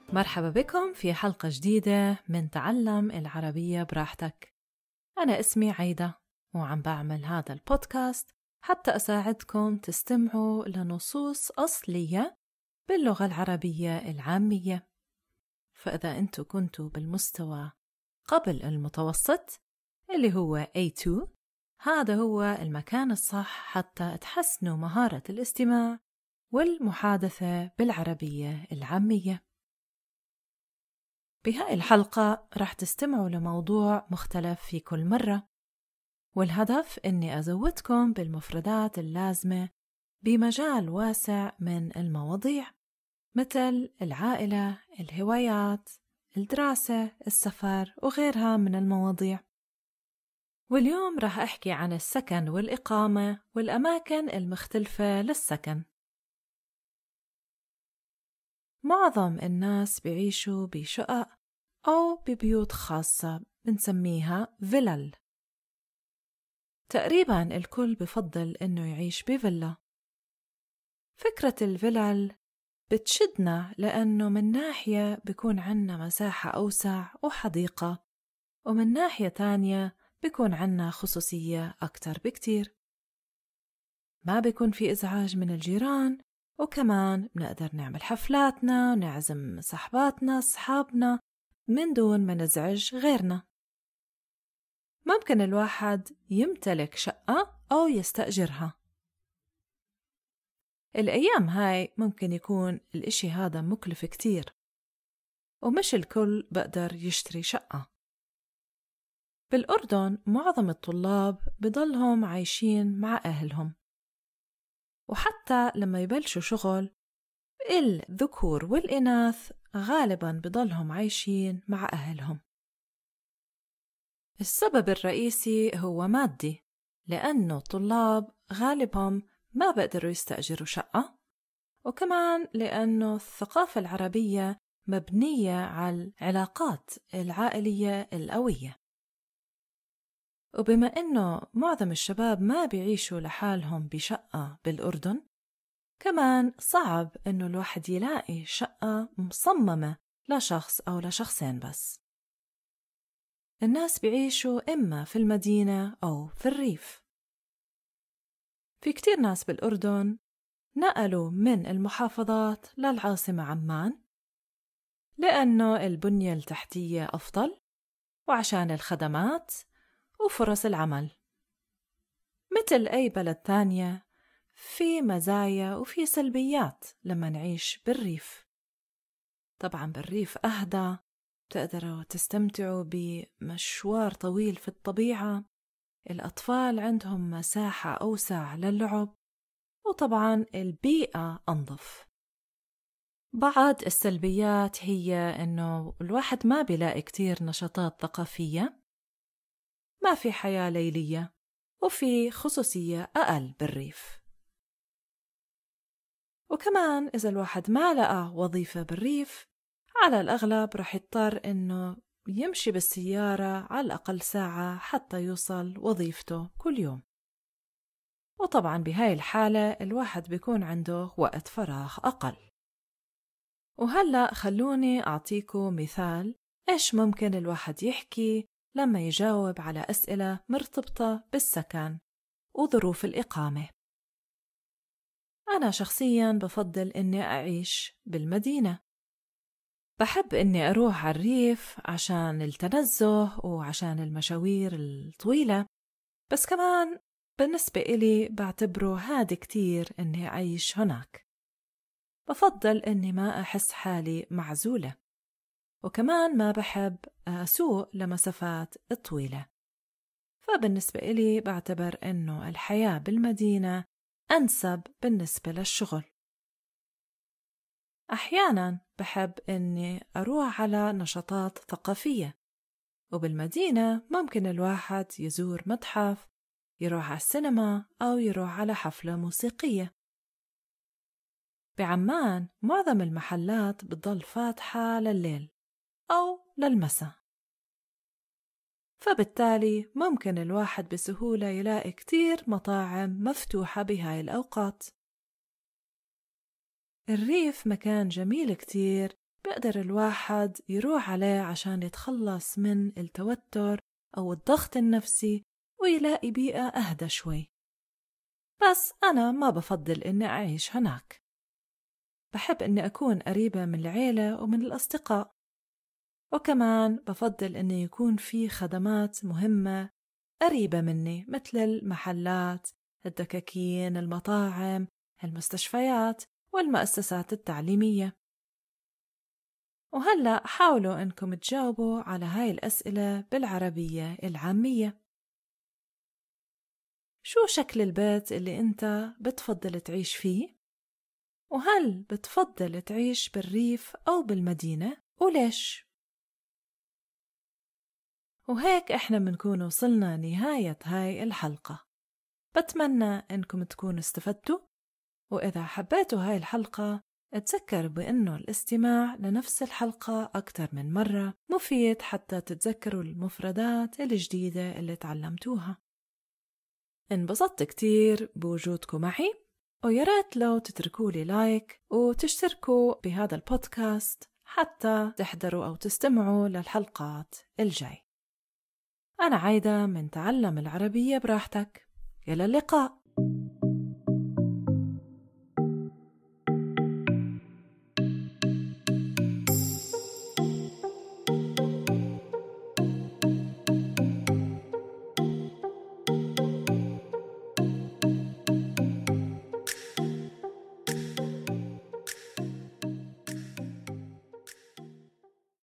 مرحبا بكم في حلقة جديدة من تعلم العربية براحتك. أنا اسمي عايدة وعم بعمل هذا البودكاست حتى أساعدكم تستمعوا لنصوص أصلية باللغة العربية العامية. فإذا أنتوا كنتوا بالمستوى قبل المتوسط اللي هو A2، هذا هو المكان الصح حتى تحسنوا مهارة الاستماع والمحادثة بالعربية العامية. بهاي الحلقة رح تستمعوا لموضوع مختلف في كل مرة، والهدف إني أزودكم بالمفردات اللازمة بمجال واسع من المواضيع، مثل العائلة، الهوايات، الدراسة، السفر وغيرها من المواضيع. واليوم رح أحكي عن السكن والإقامة والأماكن المختلفة للسكن. معظم الناس بيعيشوا بشقق أو ببيوت خاصة بنسميها فيلل. تقريباً الكل بفضل إنه يعيش بفيلا. فكرة الفيلل بتشدنا لأنه من ناحية بيكون عنا مساحة أوسع وحديقة، ومن ناحية تانية بيكون عنا خصوصية أكتر بكتير، ما بيكون في إزعاج من الجيران، وكمان بنقدر نعمل حفلاتنا ونعزم صحباتنا صحابنا من دون ما نزعج غيرنا. ممكن الواحد يمتلك شقة أو يستأجرها. الأيام هاي ممكن يكون الإشي هذا مكلف كتير، ومش الكل بقدر يشتري شقة. بالأردن معظم الطلاب بضلهم عايشين مع أهلهم، وحتى لما يبلشوا شغل الذكور والإناث غالباً بضلهم عايشين مع أهلهم. السبب الرئيسي هو مادي، لأنه الطلاب غالبهم ما بقدروا يستأجروا شقة، وكمان لأنه الثقافة العربية مبنية على العلاقات العائلية القوية. وبما أنه معظم الشباب ما بيعيشوا لحالهم بشقة بالأردن، كمان صعب أنه الواحد يلاقي شقة مصممة لشخص أو لشخصين بس. الناس بيعيشوا إما في المدينة أو في الريف. في كتير ناس بالأردن نقلوا من المحافظات للعاصمة عمان لأنه البنية التحتية أفضل، وعشان الخدمات وفرص العمل. مثل أي بلد تانية في مزايا وفي سلبيات لما نعيش بالريف. طبعا بالريف أهدى، تقدروا تستمتعوا بمشوار طويل في الطبيعة، الأطفال عندهم مساحة أوسع للعب، وطبعا البيئة أنظف. بعض السلبيات هي إنه الواحد ما بيلاقي كتير نشاطات ثقافية، ما في حياة ليلية، وفي خصوصية أقل بالريف. وكمان إذا الواحد ما لقى وظيفة بالريف، على الأغلب رح يضطر إنه يمشي بالسيارة على الأقل ساعة حتى يوصل وظيفته كل يوم. وطبعا بهاي الحالة الواحد بيكون عنده وقت فراغ أقل. وهلأ خلوني أعطيكم مثال إيش ممكن الواحد يحكي لما يجاوب على أسئلة مرتبطة بالسكن وظروف الإقامة. أنا شخصياً بفضل إني أعيش بالمدينة. بحب إني أروح على الريف عشان التنزه وعشان المشاوير الطويلة، بس كمان بالنسبة إلي بعتبره هادي كتير إني أعيش هناك. بفضل إني ما أحس حالي معزولة، وكمان ما بحب أسوق لمسافات طويلة. فبالنسبة إلي بعتبر إنه الحياة بالمدينة أنسب بالنسبة للشغل. أحياناً بحب إني أروح على نشاطات ثقافية، وبالمدينة ممكن الواحد يزور متحف، يروح على السينما، أو يروح على حفلة موسيقية. بعمان معظم المحلات بتضل فاتحة لليل أو للمساء، فبالتالي ممكن الواحد بسهولة يلاقي كتير مطاعم مفتوحة بهاي الأوقات. الريف مكان جميل كتير بيقدر الواحد يروح عليه عشان يتخلص من التوتر أو الضغط النفسي ويلاقي بيئة أهدى شوي. بس أنا ما بفضل إني أعيش هناك، بحب إني أكون قريبة من العيلة ومن الأصدقاء، وكمان بفضل إنه يكون في خدمات مهمة قريبة مني مثل المحلات، الدكاكين، المطاعم، المستشفيات والمؤسسات التعليمية. وهلأ حاولوا أنكم تجاوبوا على هاي الأسئلة بالعربية العامية. شو شكل البيت اللي أنت بتفضل تعيش فيه؟ وهل بتفضل تعيش بالريف أو بالمدينة؟ وليش؟ وهيك إحنا بنكون وصلنا نهاية هاي الحلقة. بتمنى إنكم تكونوا استفدتوا، وإذا حبيتوا هاي الحلقة اتذكروا بأنه الاستماع لنفس الحلقة أكتر من مرة مفيد حتى تتذكروا المفردات الجديدة اللي تعلمتوها. انبسطت كتير بوجودكم معي، وياريت لو تتركوا لي لايك وتشتركوا بهذا البودكاست حتى تحضروا أو تستمعوا للحلقات الجاي. أنا عايدة من تعلم العربية براحتك. إلى اللقاء.